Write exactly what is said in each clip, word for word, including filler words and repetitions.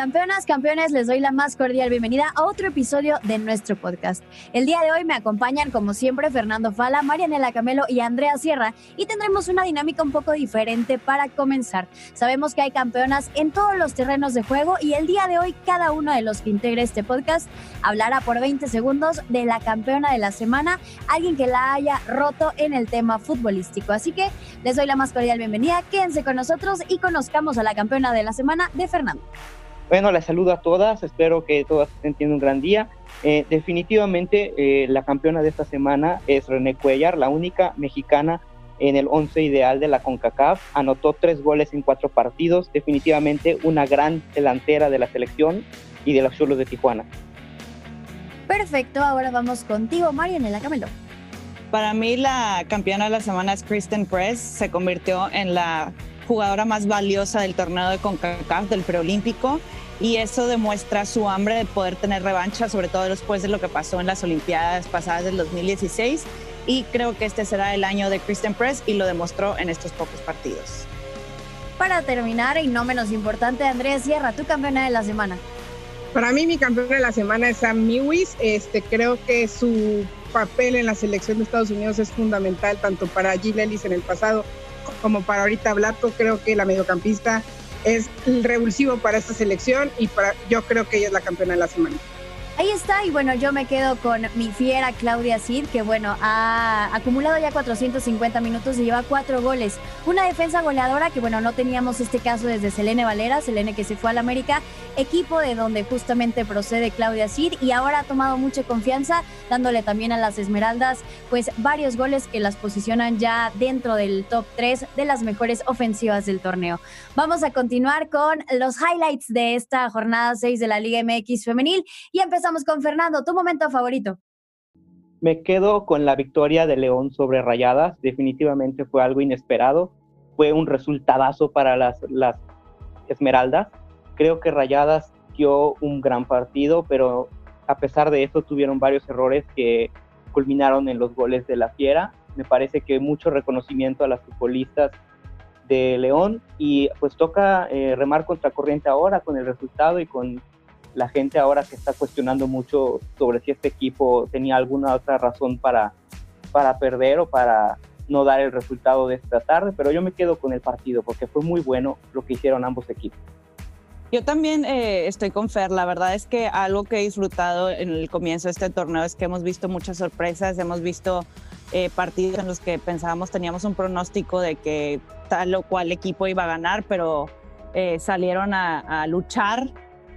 Campeonas, campeones, les doy la más cordial bienvenida a otro episodio de nuestro podcast. El día de hoy me acompañan, como siempre, Fernando Fala, Marianela Camelo y Andrea Sierra, y tendremos una dinámica un poco diferente para comenzar. Sabemos que hay campeonas en todos los terrenos de juego y el día de hoy cada uno de los que integre este podcast hablará por veinte segundos de la campeona de la semana, alguien que la haya roto en el tema futbolístico. Así que les doy la más cordial bienvenida, quédense con nosotros y conozcamos a la campeona de la semana de Fernando. Bueno, les saludo a todas, espero que todas estén teniendo un gran día. Eh, definitivamente eh, la campeona de esta semana es René Cuellar, la única mexicana en el once ideal de la CONCACAF. Anotó tres goles en cuatro partidos, definitivamente una gran delantera de la selección y de los Xolos de Tijuana. Perfecto, ahora vamos contigo, Marianela Camelo. Para mí la campeona de la semana es Christen Press, se convirtió en la jugadora más valiosa del torneo de CONCACAF, del preolímpico, y eso demuestra su hambre de poder tener revancha, sobre todo después de lo que pasó en las Olimpiadas pasadas del dos mil dieciséis, y creo que este será el año de Christen Press y lo demostró en estos pocos partidos. Para terminar, y no menos importante, Andrea Sierra, tu campeona de la semana. Para mí mi campeona de la semana es Sam Mewis. Este, creo que su papel en la selección de Estados Unidos es fundamental, tanto para Jill Ellis en el pasado como para ahorita Vlatko. Creo que la mediocampista es el revulsivo para esta selección y para, yo creo que ella es la campeona de la semana. Ahí está, y bueno, yo me quedo con mi fiera Claudia Cid, que bueno, ha acumulado ya cuatrocientos cincuenta minutos y lleva cuatro goles. Una defensa goleadora que bueno, no teníamos este caso desde Selene Valera, Selene que se fue al América, equipo de donde justamente procede Claudia Cid, y ahora ha tomado mucha confianza, dándole también a las Esmeraldas pues varios goles que las posicionan ya dentro del top tres de las mejores ofensivas del torneo. Vamos a continuar con los highlights de esta jornada seis de la Liga M X femenil y empezamos Empezamos con Fernando, tu momento favorito. Me quedo con la victoria de León sobre Rayadas, definitivamente fue algo inesperado, fue un resultadazo para las, las Esmeraldas. Creo que Rayadas dio un gran partido, pero a pesar de eso tuvieron varios errores que culminaron en los goles de la Fiera. Me parece que mucho reconocimiento a las futbolistas de León y pues toca eh, remar contracorriente ahora con el resultado y con la gente ahora que está cuestionando mucho sobre si este equipo tenía alguna otra razón para, para perder o para no dar el resultado de esta tarde, pero yo me quedo con el partido porque fue muy bueno lo que hicieron ambos equipos. Yo también eh, estoy con Fer, la verdad es que algo que he disfrutado en el comienzo de este torneo es que hemos visto muchas sorpresas, hemos visto eh, partidos en los que pensábamos, teníamos un pronóstico de que tal o cual equipo iba a ganar, pero eh, salieron a, a luchar.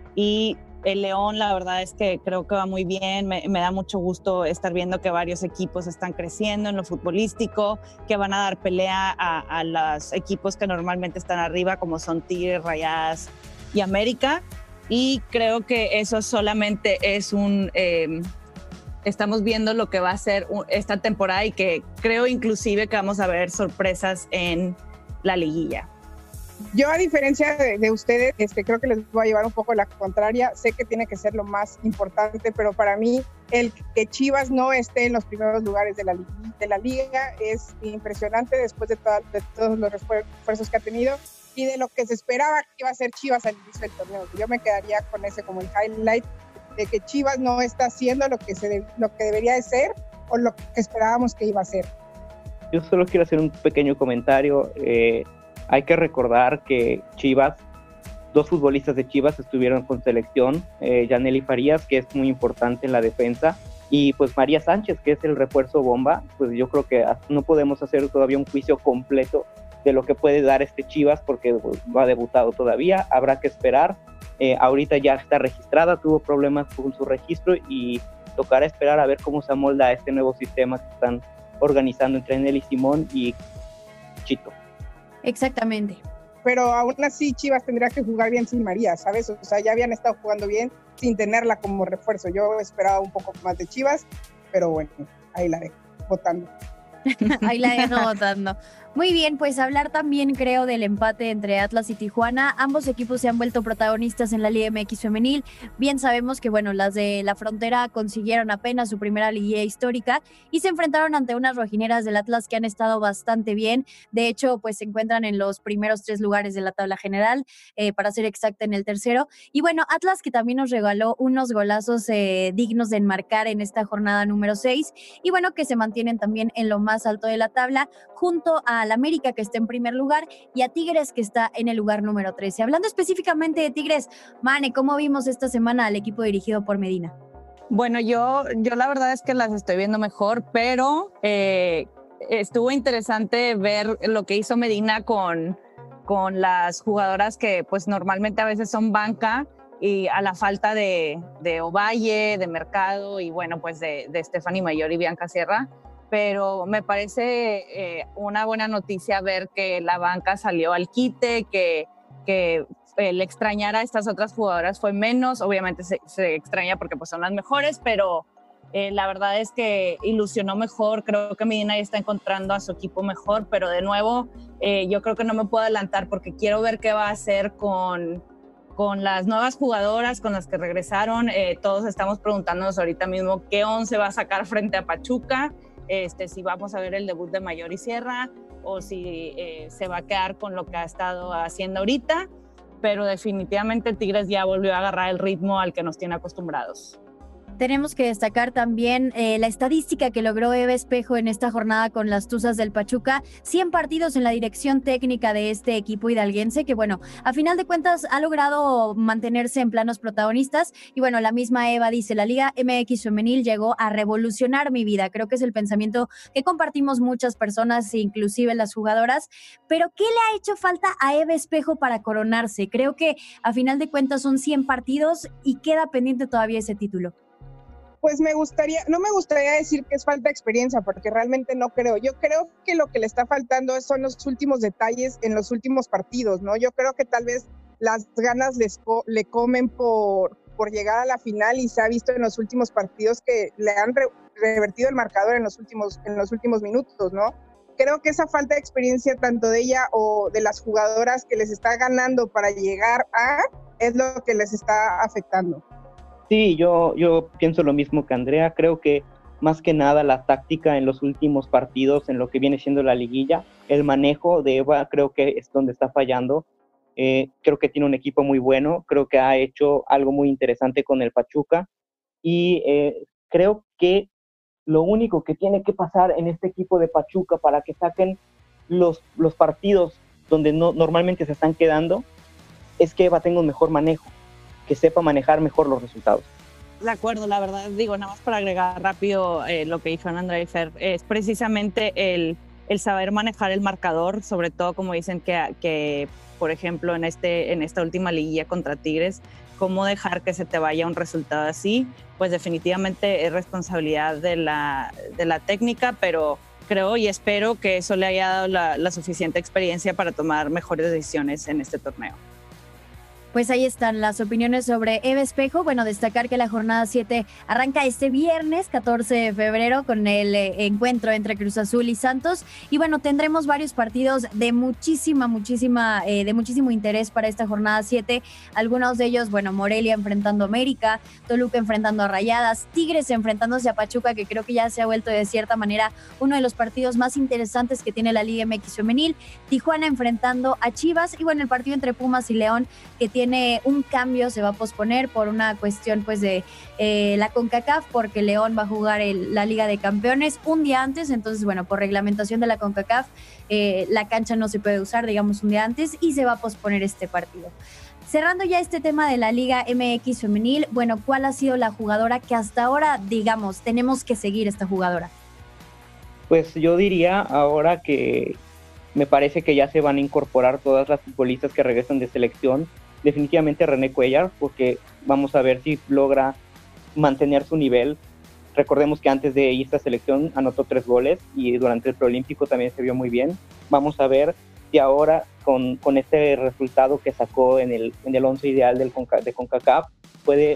Y el León, la verdad es que creo que va muy bien, me, me da mucho gusto estar viendo que varios equipos están creciendo en lo futbolístico, que van a dar pelea a, a los equipos que normalmente están arriba, como son Tigres, Rayadas y América, y creo que eso solamente es un... Eh, estamos viendo lo que va a ser esta temporada y que creo inclusive que vamos a ver sorpresas en la liguilla. Yo, a diferencia de, de ustedes, este, creo que les voy a llevar un poco la contraria. Sé que tiene que ser lo más importante, pero para mí el que Chivas no esté en los primeros lugares de la, de la liga es impresionante después de, toda, de todos los esfuerzos que ha tenido y de lo que se esperaba que iba a ser Chivas al inicio del torneo. Yo me quedaría con ese como el highlight de que Chivas no está haciendo lo que, se de, lo que debería de ser o lo que esperábamos que iba a ser. Yo solo quiero hacer un pequeño comentario. Eh, Hay que recordar que Chivas, dos futbolistas de Chivas estuvieron con selección, eh, Yaneli Farías, que es muy importante en la defensa, y pues María Sánchez, que es el refuerzo bomba. Pues yo creo que no podemos hacer todavía un juicio completo de lo que puede dar este Chivas, porque pues, no ha debutado todavía, habrá que esperar. Eh, ahorita ya está registrada, tuvo problemas con su registro y tocará esperar a ver cómo se amolda este nuevo sistema que están organizando entre Nelly Simón y Chito. Exactamente. Pero aún así Chivas tendría que jugar bien sin María, ¿sabes? O sea, ya habían estado jugando bien sin tenerla como refuerzo. Yo esperaba un poco más de Chivas, pero bueno, ahí la dejo, votando. Ahí la dejo votando. Muy bien, pues hablar también creo del empate entre Atlas y Tijuana. Ambos equipos se han vuelto protagonistas en la Liga M X femenil. Bien sabemos que bueno, las de la Frontera consiguieron apenas su primera liguilla histórica y se enfrentaron ante unas rojineras del Atlas que han estado bastante bien. De hecho, pues se encuentran en los primeros tres lugares de la tabla general, eh, para ser exacta en el tercero. Y bueno, Atlas que también nos regaló unos golazos eh, dignos de enmarcar en esta jornada número seis y bueno, que se mantienen también en lo más alto de la tabla junto a al América, que está en primer lugar, y a Tigres, que está en el lugar número trece. Hablando específicamente de Tigres, Mane, ¿cómo vimos esta semana al equipo dirigido por Medina? Bueno, yo, yo la verdad es que las estoy viendo mejor, pero eh, estuvo interesante ver lo que hizo Medina con, con las jugadoras que pues normalmente a veces son banca, y a la falta de, de Ovalle, de Mercado y bueno, pues de, de Stephanie Mayor y Bianca Sierra. Pero me parece eh, una buena noticia ver que la banca salió al quite, que, que el extrañar a estas otras jugadoras fue menos. Obviamente se, se extraña porque pues son las mejores, pero eh, la verdad es que ilusionó mejor. Creo que Medina ya está encontrando a su equipo mejor, pero de nuevo eh, yo creo que no me puedo adelantar porque quiero ver qué va a hacer con, con las nuevas jugadoras, con las que regresaron. Eh, todos estamos preguntándonos ahorita mismo qué once va a sacar frente a Pachuca. Este, si vamos a ver el debut de Mayor y Sierra o si eh, se va a quedar con lo que ha estado haciendo ahorita, pero definitivamente Tigres ya volvió a agarrar el ritmo al que nos tiene acostumbrados. Tenemos que destacar también eh, la estadística que logró Eva Espejo en esta jornada con las Tuzas del Pachuca, cien partidos en la dirección técnica de este equipo hidalguense, que bueno, a final de cuentas ha logrado mantenerse en planos protagonistas, y bueno, la misma Eva dice, la Liga M X femenil llegó a revolucionar mi vida. Creo que es el pensamiento que compartimos muchas personas, inclusive las jugadoras, pero ¿qué le ha hecho falta a Eva Espejo para coronarse? Creo que a final de cuentas son cien partidos y queda pendiente todavía ese título. Pues me gustaría, no me gustaría decir que es falta de experiencia, porque realmente no creo. Yo creo que lo que le está faltando son los últimos detalles en los últimos partidos, ¿no? Yo creo que tal vez las ganas les co- le comen por, por llegar a la final, y se ha visto en los últimos partidos que le han re- revertido el marcador en los últimos, en los últimos minutos, ¿no? Creo que esa falta de experiencia tanto de ella o de las jugadoras que les está ganando para llegar a, es lo que les está afectando. Sí, yo, yo pienso lo mismo que Andrea. Creo que más que nada la táctica en los últimos partidos, en lo que viene siendo la liguilla, el manejo de Eva creo que es donde está fallando. Eh, creo que tiene un equipo muy bueno, creo que ha hecho algo muy interesante con el Pachuca, y eh, creo que lo único que tiene que pasar en este equipo de Pachuca para que saquen los, los partidos donde no, normalmente se están quedando, es que Eva tenga un mejor manejo, que sepa manejar mejor los resultados. De acuerdo, la verdad, digo, nada más para agregar rápido eh, lo que dijeron Andrea y Fer, es precisamente el, el saber manejar el marcador, sobre todo como dicen que, que por ejemplo, en, este, en esta última liguilla contra Tigres, cómo dejar que se te vaya un resultado así, pues definitivamente es responsabilidad de la, de la técnica, pero creo y espero que eso le haya dado la, la suficiente experiencia para tomar mejores decisiones en este torneo. Pues ahí están las opiniones sobre Eva Espejo. Bueno, destacar que la jornada siete arranca este viernes catorce de febrero con el eh, encuentro entre Cruz Azul y Santos. Y bueno, tendremos varios partidos de muchísima, muchísima, eh, de muchísimo interés para esta jornada siete. Algunos de ellos, bueno, Morelia enfrentando a América, Toluca enfrentando a Rayadas, Tigres enfrentándose a Pachuca, que creo que ya se ha vuelto de cierta manera uno de los partidos más interesantes que tiene la Liga M X femenil. Tijuana enfrentando a Chivas, y bueno, el partido entre Pumas y León, que tiene tiene un cambio, se va a posponer por una cuestión pues de eh, la CONCACAF, porque León va a jugar el, la Liga de Campeones un día antes. Entonces bueno, por reglamentación de la CONCACAF eh, la cancha no se puede usar, digamos, un día antes, y se va a posponer este partido. Cerrando ya este tema de la Liga M X femenil, bueno, ¿cuál ha sido la jugadora que hasta ahora, digamos, tenemos que seguir esta jugadora? Pues yo diría ahora que me parece que ya se van a incorporar todas las futbolistas que regresan de selección. Definitivamente René Cuellar, porque vamos a ver si logra mantener su nivel. Recordemos que antes de irse a selección anotó tres goles y durante el preolímpico también se vio muy bien. Vamos a ver si ahora con, con este resultado que sacó en el, en el once ideal del Conca, de CONCACAF puede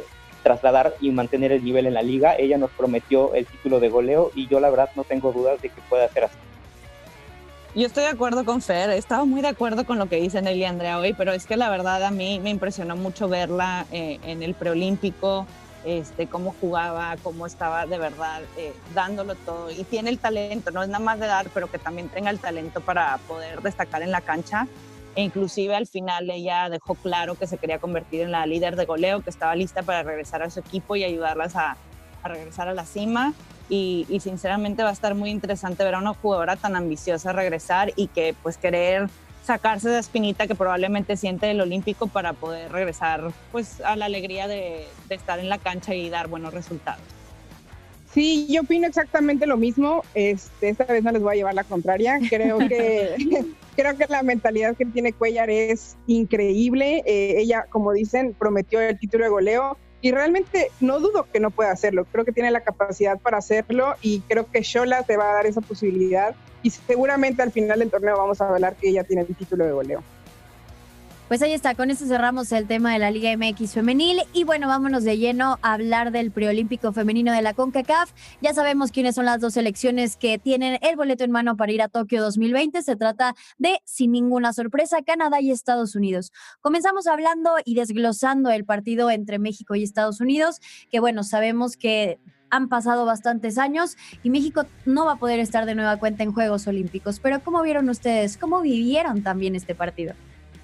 trasladar y mantener el nivel en la liga. Ella nos prometió el título de goleo y yo la verdad no tengo dudas de que pueda hacer así. Yo estoy de acuerdo con Fer, estaba muy de acuerdo con lo que dice Nelly Andrea hoy, pero es que la verdad a mí me impresionó mucho verla eh, en el preolímpico, este, cómo jugaba, cómo estaba de verdad eh, dándolo todo, y tiene el talento, no es nada más de dar, pero que también tenga el talento para poder destacar en la cancha, e inclusive al final ella dejó claro que se quería convertir en la líder de goleo, que estaba lista para regresar a su equipo y ayudarlas a, a regresar a la cima. Y, y sinceramente va a estar muy interesante ver a una jugadora tan ambiciosa regresar y que pues querer sacarse esa espinita que probablemente siente el olímpico para poder regresar pues a la alegría de, de estar en la cancha y dar buenos resultados. Sí, yo opino exactamente lo mismo. Este, esta vez no les voy a llevar la contraria. Creo que, creo que la mentalidad que tiene Cuéllar es increíble. Eh, ella, como dicen, prometió el título de goleo. Y realmente no dudo que no pueda hacerlo, creo que tiene la capacidad para hacerlo y creo que Xola te va a dar esa posibilidad y seguramente al final del torneo vamos a hablar que ella tiene el título de goleo. Pues ahí está, con esto cerramos el tema de la Liga M X femenil y bueno, vámonos de lleno a hablar del preolímpico femenino de la CONCACAF. Ya sabemos quiénes son las dos selecciones que tienen el boleto en mano para ir a Tokio dos mil veinte. Se trata de, sin ninguna sorpresa, Canadá y Estados Unidos. Comenzamos hablando y desglosando el partido entre México y Estados Unidos, que bueno, sabemos que han pasado bastantes años y México no va a poder estar de nueva cuenta en Juegos Olímpicos. Pero ¿cómo vieron ustedes? ¿Cómo vivieron también este partido?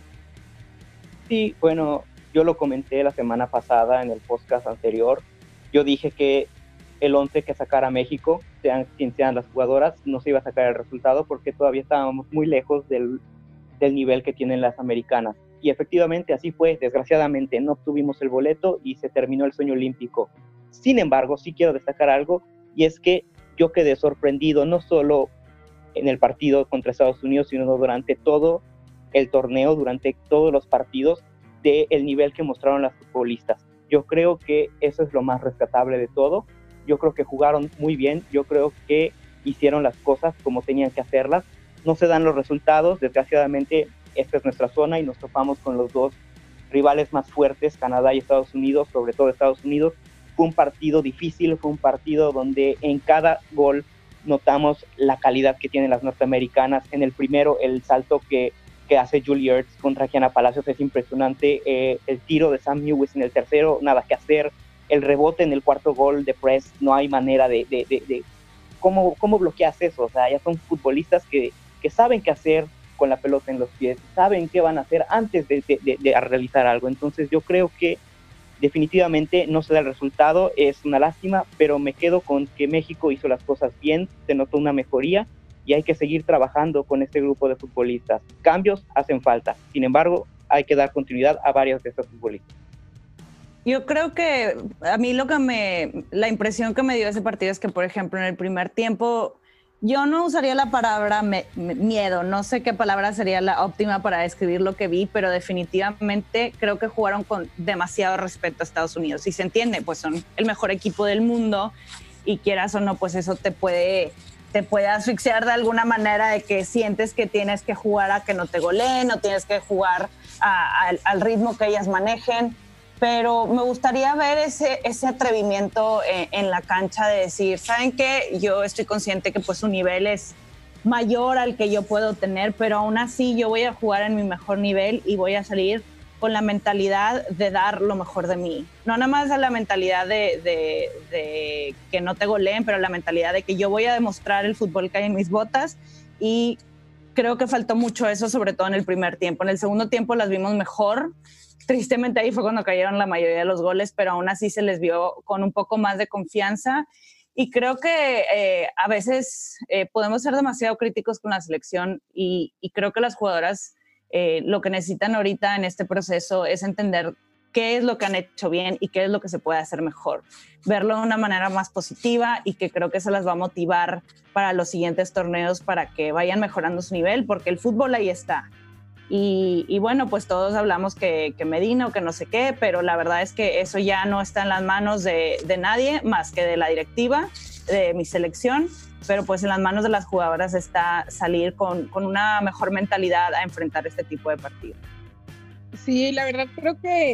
Sí, bueno, yo lo comenté la semana pasada en el podcast anterior. Yo dije que el once que sacara México, sean quien sean las jugadoras, no se iba a sacar el resultado porque todavía estábamos muy lejos del, del nivel que tienen las americanas. Y efectivamente así fue. Desgraciadamente no obtuvimos el boleto y se terminó el sueño olímpico. Sin embargo, sí quiero destacar algo, y es que yo quedé sorprendido no solo en el partido contra Estados Unidos, sino durante todo el torneo, durante todos los partidos, del nivel que mostraron las futbolistas. Yo creo que eso es lo más rescatable de todo. Yo creo que jugaron muy bien, yo creo que hicieron las cosas como tenían que hacerlas. No se dan los resultados, desgraciadamente esta es nuestra zona y nos topamos con los dos rivales más fuertes, Canadá y Estados Unidos, sobre todo Estados Unidos. Fue un partido difícil, fue un partido donde en cada gol notamos la calidad que tienen las norteamericanas. En el primero, el salto que que hace Julie Ertz contra Gianna Palacios es impresionante, eh, el tiro de Sam Mewis en el tercero, nada que hacer, el rebote en el cuarto gol de Press, no hay manera de, de, de, de ¿cómo, cómo bloqueas eso? O sea, ya son futbolistas que, que saben qué hacer con la pelota en los pies, saben qué van a hacer antes de, de, de, de realizar algo. Entonces yo creo que definitivamente no se da el resultado, es una lástima, pero me quedo con que México hizo las cosas bien, se notó una mejoría, y hay que seguir trabajando con este grupo de futbolistas. Cambios hacen falta, sin embargo, hay que dar continuidad a varios de estos futbolistas. Yo creo que a mí lo que me, la impresión que me dio ese partido es que, por ejemplo, en el primer tiempo, yo no usaría la palabra me, me, miedo, no sé qué palabra sería la óptima para describir lo que vi, pero definitivamente creo que jugaron con demasiado respeto a Estados Unidos. Y se entiende, pues son el mejor equipo del mundo y quieras o no, pues eso te puede... te puede asfixiar de alguna manera de que sientes que tienes que jugar a que no te goleen o tienes que jugar a, a, al ritmo que ellas manejen, pero me gustaría ver ese, ese atrevimiento en, en la cancha de decir, ¿saben qué? Yo estoy consciente que pues su nivel es mayor al que yo puedo tener, pero aún así yo voy a jugar en mi mejor nivel y voy a salir con la mentalidad de dar lo mejor de mí. No nada más la mentalidad de, de, de que no te goleen, pero la mentalidad de que yo voy a demostrar el fútbol que hay en mis botas, y creo que faltó mucho eso, sobre todo en el primer tiempo. En el segundo tiempo las vimos mejor. Tristemente ahí fue cuando cayeron la mayoría de los goles, pero aún así se les vio con un poco más de confianza. Y creo que eh, a veces eh, podemos ser demasiado críticos con la selección y, y creo que las jugadoras Eh, lo que necesitan ahorita en este proceso es entender qué es lo que han hecho bien y qué es lo que se puede hacer mejor. Verlo de una manera más positiva y que creo que se las va a motivar para los siguientes torneos para que vayan mejorando su nivel, porque el fútbol ahí está. Y, y bueno, pues todos hablamos que, que Medina o que no sé qué, pero la verdad es que eso ya no está en las manos de, de nadie más que de la directiva, de mi selección. Pero pues en las manos de las jugadoras está salir con, con una mejor mentalidad a enfrentar este tipo de partidos. Sí, la verdad creo que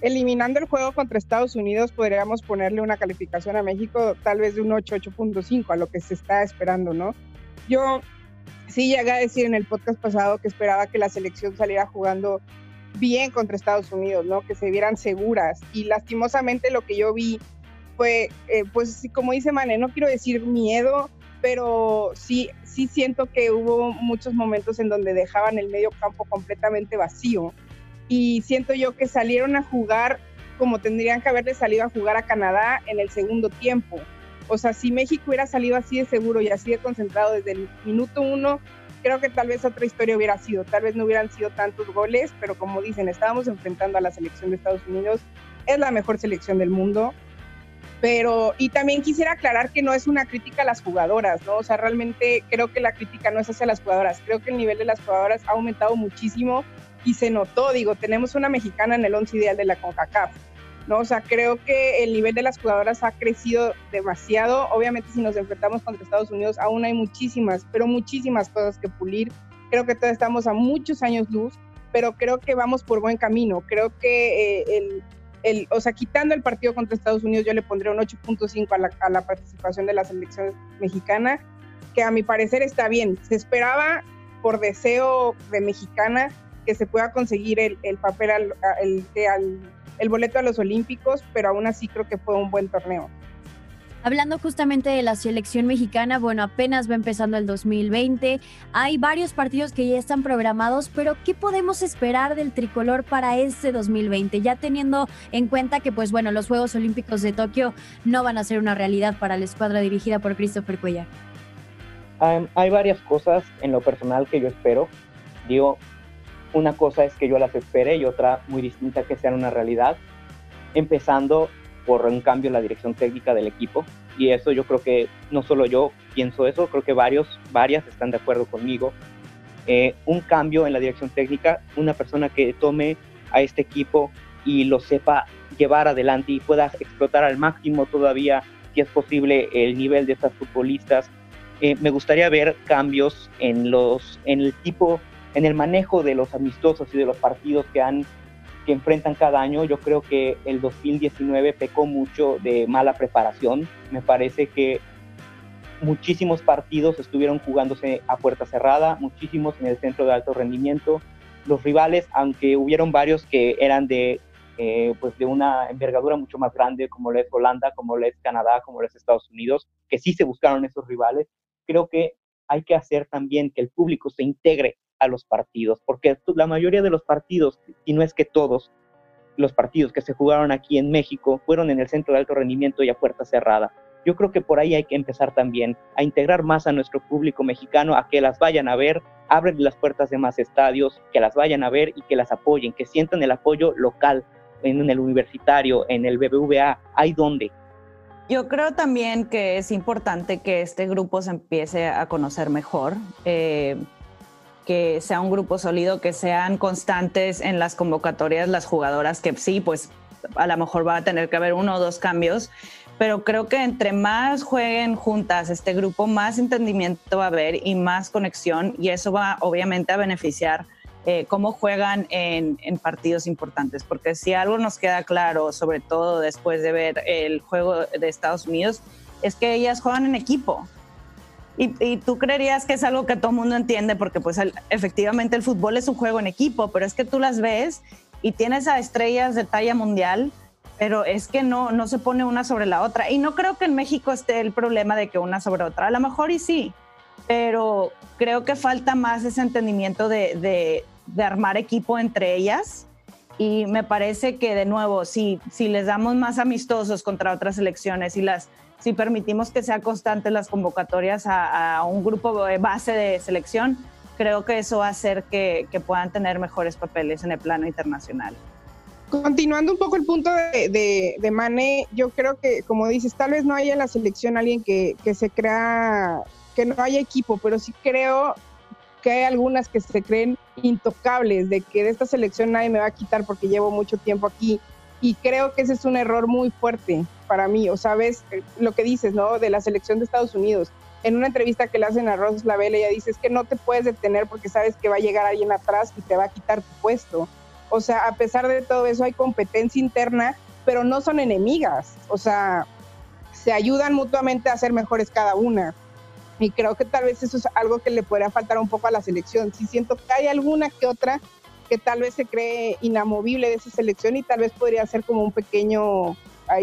eliminando el juego contra Estados Unidos, podríamos ponerle una calificación a México tal vez de un ocho, ocho punto cinco, a lo que se está esperando, ¿no? Yo sí llegué a decir en el podcast pasado que esperaba que la selección saliera jugando bien contra Estados Unidos, ¿no? Que se vieran seguras, y lastimosamente lo que yo vi fue, eh, pues como dice Mane, no quiero decir miedo, pero sí, sí siento que hubo muchos momentos en donde dejaban el medio campo completamente vacío, y siento yo que salieron a jugar como tendrían que haberle salido a jugar a Canadá en el segundo tiempo. O sea, si México hubiera salido así de seguro y así de concentrado desde el minuto uno, creo que tal vez otra historia hubiera sido, tal vez no hubieran sido tantos goles, pero como dicen, estábamos enfrentando a la selección de Estados Unidos, es la mejor selección del mundo. Pero, y también quisiera aclarar que no es una crítica a las jugadoras, ¿no? O sea, realmente creo que la crítica no es hacia las jugadoras, creo que el nivel de las jugadoras ha aumentado muchísimo y se notó, digo, tenemos una mexicana en el once ideal de la CONCACAF, ¿no? O sea, creo que el nivel de las jugadoras ha crecido demasiado. Obviamente, si nos enfrentamos contra Estados Unidos, aún hay muchísimas, pero muchísimas cosas que pulir. Creo que todavía estamos a muchos años luz, pero creo que vamos por buen camino. Creo que eh, el, el, o sea, quitando el partido contra Estados Unidos, yo le pondré un ocho punto cinco a la, a la participación de la selección mexicana, que a mi parecer está bien. Se esperaba, por deseo de mexicana, que se pueda conseguir el, el papel, al, el, el, el boleto a los Olímpicos, pero aún así creo que fue un buen torneo. Hablando justamente de la selección mexicana, bueno, apenas va empezando el dos mil veinte, hay varios partidos que ya están programados, pero ¿qué podemos esperar del tricolor para este dos mil veinte? Ya teniendo en cuenta que, pues bueno, los Juegos Olímpicos de Tokio no van a ser una realidad para la escuadra dirigida por Christopher Cuellar. Um, hay varias cosas en lo personal que yo espero. Digo, una cosa es que yo las espere y otra muy distinta que sean una realidad, empezando por un cambio en la dirección técnica del equipo, y eso yo creo que no solo yo pienso eso, creo que varios, varias están de acuerdo conmigo. Eh, un cambio en la dirección técnica, una persona que tome a este equipo y lo sepa llevar adelante y pueda explotar al máximo todavía, si es posible, el nivel de estas futbolistas. Eh, me gustaría ver cambios en, los, en el tipo en el manejo de los amistosos y de los partidos que, han, que enfrentan cada año. Yo creo que el dos mil diecinueve pecó mucho de mala preparación. Me parece que muchísimos partidos estuvieron jugándose a puerta cerrada, muchísimos en el centro de alto rendimiento. Los rivales, aunque hubieron varios que eran de, eh, pues de una envergadura mucho más grande, como lo es Holanda, como lo es Canadá, como lo es Estados Unidos, que sí se buscaron esos rivales, creo que hay que hacer también que el público se integre a los partidos, porque la mayoría de los partidos, y no es que todos los partidos que se jugaron aquí en México, fueron en el centro de alto rendimiento y a puerta cerrada. Yo creo que por ahí hay que empezar también a integrar más a nuestro público mexicano, a que las vayan a ver, abren las puertas de más estadios, que las vayan a ver y que las apoyen, que sientan el apoyo local, en el Universitario, en el B B V A, hay donde. Yo creo también que es importante que este grupo se empiece a conocer mejor, eh, que sea un grupo sólido, que sean constantes en las convocatorias las jugadoras, que sí, pues a lo mejor va a tener que haber uno o dos cambios, pero creo que entre más jueguen juntas este grupo, más entendimiento va a haber y más conexión, y eso va obviamente a beneficiar eh, cómo juegan en, en partidos importantes, porque si algo nos queda claro, sobre todo después de ver el juego de Estados Unidos, es que ellas juegan en equipo. Y, y tú creerías que es algo que todo el mundo entiende, porque pues el, efectivamente el fútbol es un juego en equipo, pero es que tú las ves y tienes a estrellas de talla mundial, pero es que no, no se pone una sobre la otra. Y no creo que en México esté el problema de que una sobre otra, a lo mejor y sí, pero creo que falta más ese entendimiento de, de, de armar equipo entre ellas. Y me parece que, de nuevo, si, si les damos más amistosos contra otras selecciones y las, si permitimos que sean constantes las convocatorias a, a un grupo base de selección, creo que eso va a hacer que, que puedan tener mejores papeles en el plano internacional. Continuando un poco el punto de, de, de Mane, yo creo que, como dices, tal vez no haya en la selección alguien que, que se crea, que no haya equipo, pero sí creo que hay algunas que se creen intocables, de que de esta selección nadie me va a quitar porque llevo mucho tiempo aquí, y creo que ese es un error muy fuerte para mí. O sabes lo que dices, ¿no? De la selección de Estados Unidos. En una entrevista que le hacen a Rose Lavelle, ella dice, es que no te puedes detener porque sabes que va a llegar alguien atrás y te va a quitar tu puesto. O sea, a pesar de todo eso hay competencia interna, pero no son enemigas. O sea, se ayudan mutuamente a ser mejores cada una. Y creo que tal vez eso es algo que le podría faltar un poco a la selección. Sí siento que hay alguna que otra que tal vez se cree inamovible de esa selección y tal vez podría ser como un pequeño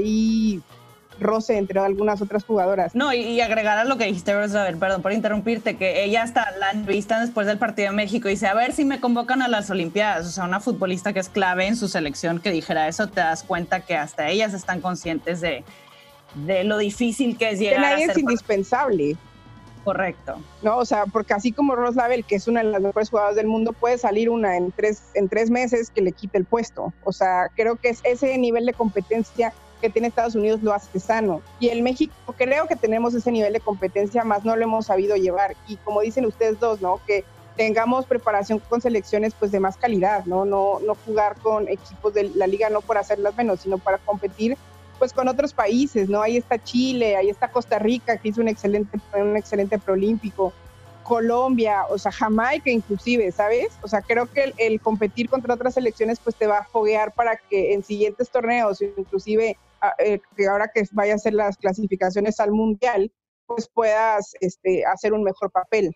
ahí roce entre algunas otras jugadoras. No, y, y agregar a lo que dijiste, Rosa, a ver, perdón por interrumpirte, que ella hasta la entrevistan después del partido de México y dice, a ver si me convocan a las Olimpiadas. O sea, una futbolista que es clave en su selección que dijera eso, te das cuenta que hasta ellas están conscientes de, de lo difícil que es llegar que nadie a ser... es indispensable. Correcto. No, o sea, porque así como Rose Lavelle, que es una de las mejores jugadoras del mundo, puede salir una en tres, en tres meses que le quite el puesto. O sea, creo que es ese nivel de competencia que tiene Estados Unidos lo hace sano. Y el México, creo que tenemos ese nivel de competencia, más no lo hemos sabido llevar. Y como dicen ustedes dos, ¿no? Que tengamos preparación con selecciones pues de más calidad, ¿no? No, no jugar con equipos de la liga no por hacerlas menos, sino para competir pues con otros países, ¿no? Ahí está Chile, ahí está Costa Rica, que hizo un excelente, un excelente preolímpico, Colombia, o sea, Jamaica inclusive, ¿sabes? O sea, creo que el, el competir contra otras selecciones pues te va a foguear para que en siguientes torneos, inclusive eh, que ahora que vaya a hacer las clasificaciones al Mundial, pues puedas este, hacer un mejor papel.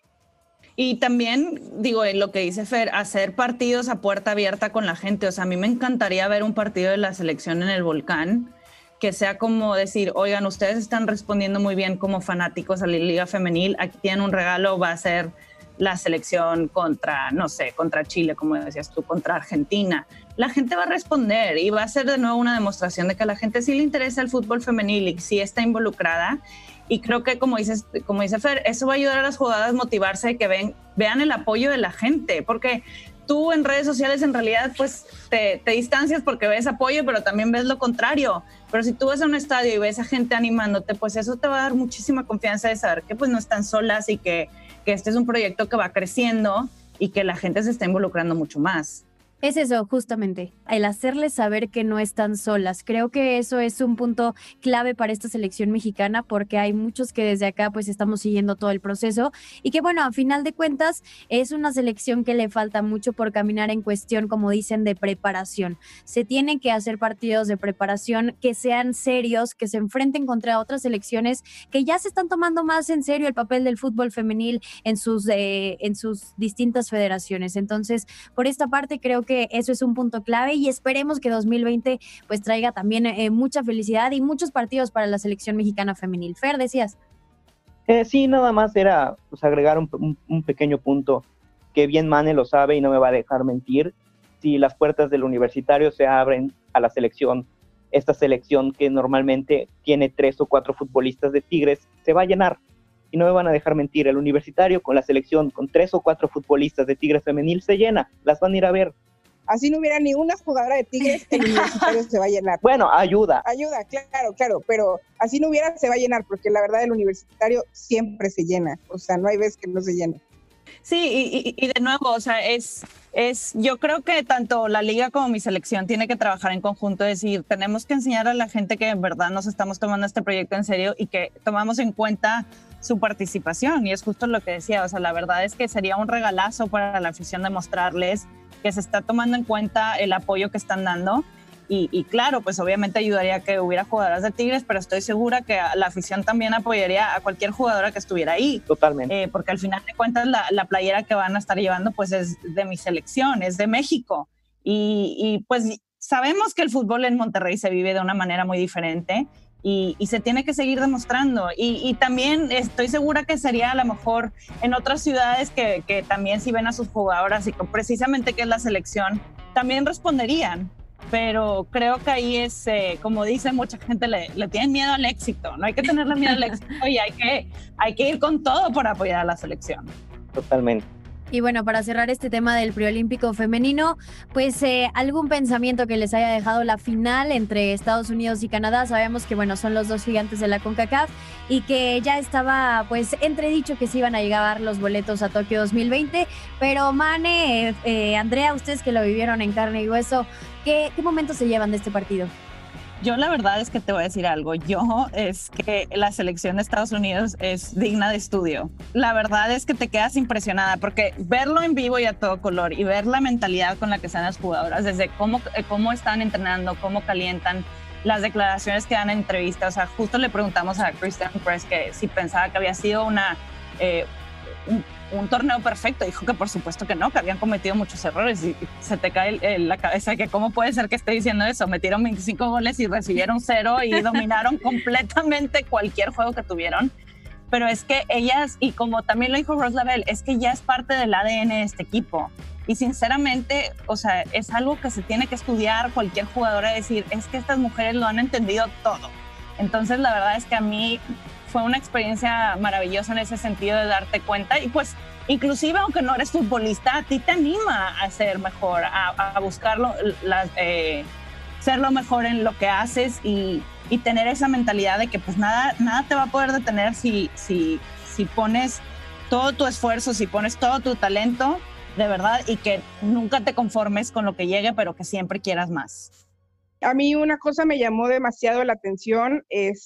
Y también, digo, en lo que dice Fer, hacer partidos a puerta abierta con la gente. O sea, a mí me encantaría ver un partido de la selección en el Volcán, que sea como decir, oigan, ustedes están respondiendo muy bien como fanáticos a la Liga Femenil, aquí tienen un regalo, va a ser la selección contra, no sé, contra Chile, como decías tú, contra Argentina. La gente va a responder y va a ser de nuevo una demostración de que a la gente sí le interesa el fútbol femenil y sí está involucrada. Y creo que, como dices, como dice Fer, eso va a ayudar a las jugadoras a motivarse y que ven, vean el apoyo de la gente, porque tú en redes sociales en realidad pues te, te distancias porque ves apoyo, pero también ves lo contrario. Pero si tú vas a un estadio y ves a gente animándote, pues eso te va a dar muchísima confianza de saber que pues no están solas y que, que este es un proyecto que va creciendo y que la gente se está involucrando mucho más. Es eso, justamente, el hacerles saber que no están solas. Creo que eso es un punto clave para esta selección mexicana, porque hay muchos que desde acá pues estamos siguiendo todo el proceso y que bueno, a final de cuentas es una selección que le falta mucho por caminar en cuestión, como dicen, de preparación. Se tienen que hacer partidos de preparación que sean serios, que se enfrenten contra otras selecciones que ya se están tomando más en serio el papel del fútbol femenil en sus, eh, en sus distintas federaciones. Entonces, por esta parte creo que eso es un punto clave y esperemos que dos mil veinte pues traiga también eh, mucha felicidad y muchos partidos para la selección mexicana femenil. Fer, decías. Eh, sí, nada más era pues, agregar un, un, un pequeño punto que bien Mane lo sabe y no me va a dejar mentir. Si las puertas del universitario se abren a la selección, esta selección que normalmente tiene tres o cuatro futbolistas de Tigres, se va a llenar. Y no me van a dejar mentir, el universitario con la selección, con tres o cuatro futbolistas de Tigres femenil, se llena, las van a ir a ver. Así no hubiera ni una jugadora de Tigres, el universitario se va a llenar. Bueno, ayuda. Ayuda, claro, claro, pero así no hubiera, se va a llenar, porque la verdad el universitario siempre se llena, o sea, no hay vez que no se llene. Sí, y, y, y de nuevo, o sea, es, es, yo creo que tanto la liga como mi selección tiene que trabajar en conjunto, es decir, tenemos que enseñar a la gente que en verdad nos estamos tomando este proyecto en serio y que tomamos en cuenta su participación, y es justo lo que decía, o sea, la verdad es que sería un regalazo para la afición demostrarles que se está tomando en cuenta el apoyo que están dando. Y, y claro, pues obviamente ayudaría a que hubiera jugadoras de Tigres, pero estoy segura que la afición también apoyaría a cualquier jugadora que estuviera ahí. Totalmente. Eh, porque al final de cuentas la, la playera que van a estar llevando pues es de mi selección, es de México. Y, y pues sabemos que el fútbol en Monterrey se vive de una manera muy diferente y, y se tiene que seguir demostrando. Y, y también estoy segura que sería a lo mejor en otras ciudades que, que también si ven a sus jugadoras y precisamente que es la selección, también responderían. Pero creo que ahí es, eh, como dice mucha gente, le, le tienen miedo al éxito. No hay que tenerle miedo al éxito y hay que, hay que ir con todo por apoyar a la selección. Totalmente. Y bueno, para cerrar este tema del preolímpico femenino, pues eh, algún pensamiento que les haya dejado la final entre Estados Unidos y Canadá. Sabemos que bueno, son los dos gigantes de la CONCACAF y que ya estaba pues entredicho que se iban a llegar los boletos a Tokio dos mil veinte, pero Mane, eh, eh, Andrea, ustedes que lo vivieron en carne y hueso, ¿qué, qué momentos se llevan de este partido? Yo la verdad es que te voy a decir algo. Yo es que la selección de Estados Unidos es digna de estudio. La verdad es que te quedas impresionada porque verlo en vivo y a todo color y ver la mentalidad con la que están las jugadoras, desde cómo, cómo están entrenando, cómo calientan, las declaraciones que dan en entrevistas. O sea, justo le preguntamos a Christian Press que si pensaba que había sido una... Eh, un, un torneo perfecto. Dijo que por supuesto que no, que habían cometido muchos errores y se te cae el, el, la cabeza que cómo puede ser que esté diciendo eso. Metieron veinticinco goles y recibieron cero y dominaron completamente cualquier juego que tuvieron. Pero es que ellas, y como también lo dijo Rose Lavelle, es que ya es parte del A D N de este equipo. Y sinceramente, o sea, es algo que se tiene que estudiar cualquier jugadora, decir, es que estas mujeres lo han entendido todo. Entonces, la verdad es que a mí fue una experiencia maravillosa en ese sentido de darte cuenta. Y pues, inclusive aunque no eres futbolista, a ti te anima a ser mejor, a, a buscarlo, las, eh, ser lo mejor en lo que haces y, y tener esa mentalidad de que pues nada, nada te va a poder detener si, si, si pones todo tu esfuerzo, si pones todo tu talento, de verdad, y que nunca te conformes con lo que llegue, pero que siempre quieras más. A mí una cosa me llamó demasiado la atención,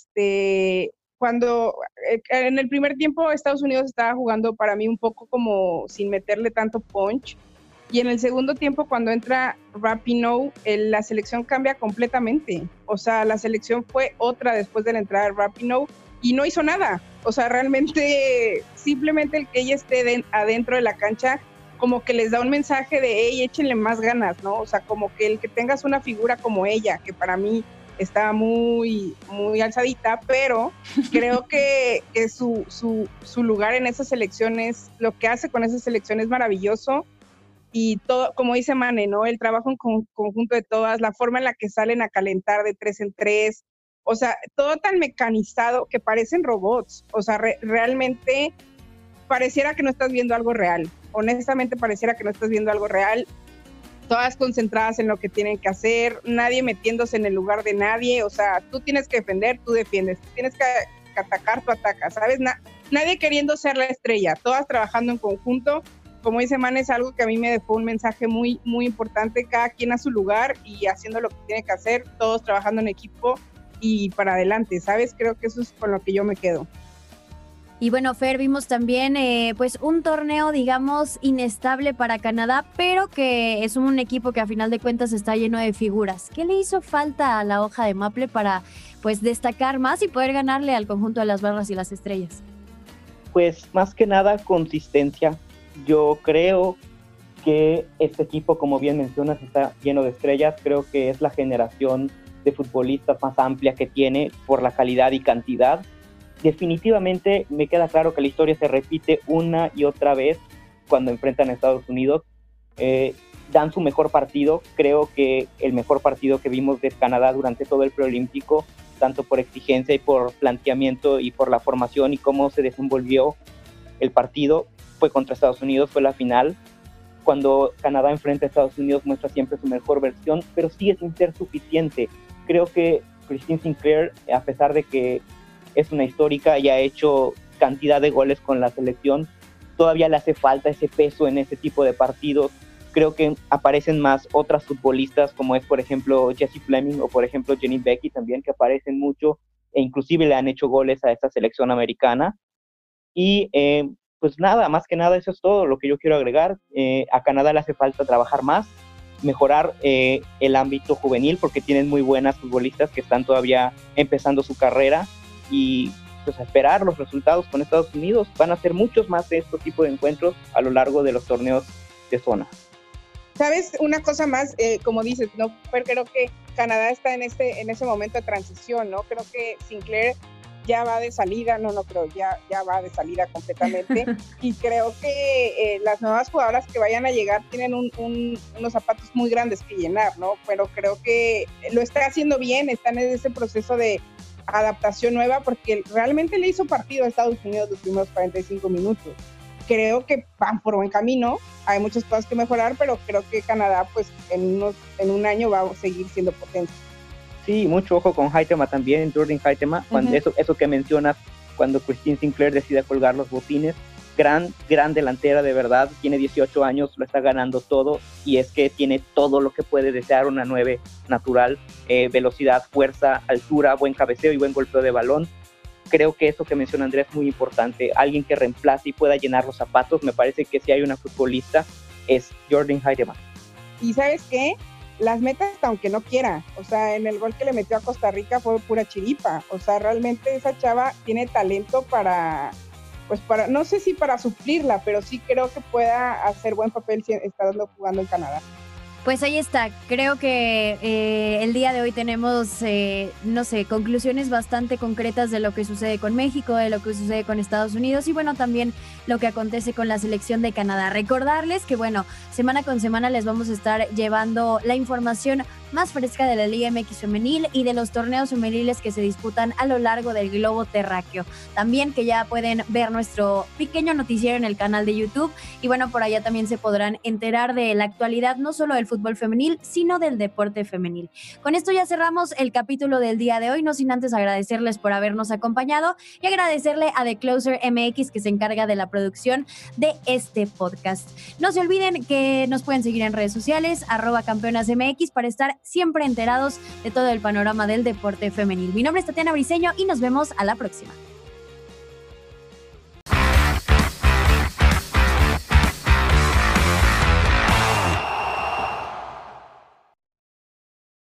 este, cuando eh, en el primer tiempo Estados Unidos estaba jugando para mí un poco como sin meterle tanto punch, y en el segundo tiempo cuando entra Rapinoe, el, la selección cambia completamente. O sea, la selección fue otra después de la entrada de Rapinoe y no hizo nada. O sea, realmente simplemente el que ella esté de, adentro de la cancha como que les da un mensaje de, hey, échenle más ganas, ¿no? O sea, como que el que tengas una figura como ella, que para mí está muy, muy alzadita, pero creo que, que su, su, su lugar en esa selección es, lo que hace con esa selección es maravilloso, y todo, como dice Mane, ¿no? El trabajo en con, conjunto de todas, la forma en la que salen a calentar de tres en tres, o sea, todo tan mecanizado que parecen robots, o sea, re, realmente pareciera que no estás viendo algo real. Honestamente pareciera que no estás viendo algo real, todas concentradas en lo que tienen que hacer, nadie metiéndose en el lugar de nadie. O sea, tú tienes que defender, tú defiendes, tú tienes que, que atacar, tú atacas, ¿sabes? Na, nadie queriendo ser la estrella, todas trabajando en conjunto. Como dice Man, es algo que a mí me dejó un mensaje muy, muy importante, cada quien a su lugar y haciendo lo que tiene que hacer, todos trabajando en equipo y para adelante, ¿sabes? Creo que eso es con lo que yo me quedo. Y bueno, Fer, vimos también eh, pues un torneo, digamos, inestable para Canadá, pero que es un equipo que a final de cuentas está lleno de figuras. ¿Qué le hizo falta a la hoja de Maple para pues destacar más y poder ganarle al conjunto de las Barras y las Estrellas? Pues más que nada consistencia. Yo creo que este equipo, como bien mencionas, está lleno de estrellas. Creo que es la generación de futbolistas más amplia que tiene por la calidad y cantidad. Definitivamente me queda claro que la historia se repite una y otra vez cuando enfrentan a Estados Unidos. Eh, dan su mejor partido, creo que el mejor partido que vimos de Canadá durante todo el preolímpico, tanto por exigencia y por planteamiento y por la formación y cómo se desenvolvió el partido, fue contra Estados Unidos, fue la final. Cuando Canadá enfrenta a Estados Unidos muestra siempre su mejor versión, pero sigue sin ser suficiente. Creo que Christine Sinclair, a pesar de que es una histórica y ha hecho cantidad de goles con la selección, todavía le hace falta ese peso en ese tipo de partidos. Creo que aparecen más otras futbolistas, como es por ejemplo Jessie Fleming o por ejemplo Jenny Becky también, que aparecen mucho e inclusive le han hecho goles a esta selección americana. Y eh, pues nada, más que nada eso es todo lo que yo quiero agregar. Eh, a Canadá le hace falta trabajar más, mejorar eh, el ámbito juvenil, porque tienen muy buenas futbolistas que están todavía empezando su carrera, y pues a esperar los resultados con Estados Unidos. Van a ser muchos más de estos tipos de encuentros a lo largo de los torneos de zona. ¿Sabes? Una cosa más, eh, como dices, ¿no? Pero creo que Canadá está en ese, en ese momento de transición, ¿no? Creo que Sinclair ya va de salida, no, no creo, ya, ya va de salida completamente, y creo que eh, las nuevas jugadoras que vayan a llegar tienen un, un, unos zapatos muy grandes que llenar, ¿no? Pero creo que lo está haciendo bien, están en ese proceso de adaptación nueva, porque realmente le hizo partido a Estados Unidos los primeros cuarenta y cinco minutos. Creo que van por buen camino, hay muchas cosas que mejorar, pero creo que Canadá pues en, unos, en un año va a seguir siendo potencia. Sí, mucho ojo con Huitema también, Jordan Huitema, cuando uh-huh. eso, eso que mencionas, cuando Christine Sinclair decide colgar los botines, gran, gran delantera de verdad, tiene dieciocho años, lo está ganando todo, y es que tiene todo lo que puede desear una nueve natural, eh, velocidad, fuerza, altura, buen cabeceo y buen golpeo de balón. Creo que eso que menciona Andrés es muy importante, alguien que reemplace y pueda llenar los zapatos. Me parece que si hay una futbolista es Jordyn Huitema. ¿Y sabes qué? Las metas aunque no quiera, o sea, en el gol que le metió a Costa Rica fue pura chiripa, o sea, realmente esa chava tiene talento para, pues para, no sé si para suplirla, pero sí creo que pueda hacer buen papel si está jugando en Canadá. Pues ahí está, creo que eh, el día de hoy tenemos, eh, no sé, conclusiones bastante concretas de lo que sucede con México, de lo que sucede con Estados Unidos y bueno, también lo que acontece con la selección de Canadá. Recordarles que bueno, semana con semana les vamos a estar llevando la información más fresca de la Liga M X femenil y de los torneos femeniles que se disputan a lo largo del globo terráqueo. También que ya pueden ver nuestro pequeño noticiero en el canal de YouTube y bueno, por allá también se podrán enterar de la actualidad, no solo del fútbol femenil, sino del deporte femenil. Con esto ya cerramos el capítulo del día de hoy, no sin antes agradecerles por habernos acompañado y agradecerle a The Closer M X que se encarga de la producción de este podcast. No se olviden que nos pueden seguir en redes sociales, arroba campeonas M X, para estar siempre enterados de todo el panorama del deporte femenil. Mi nombre es Tatiana Briceño y nos vemos a la próxima.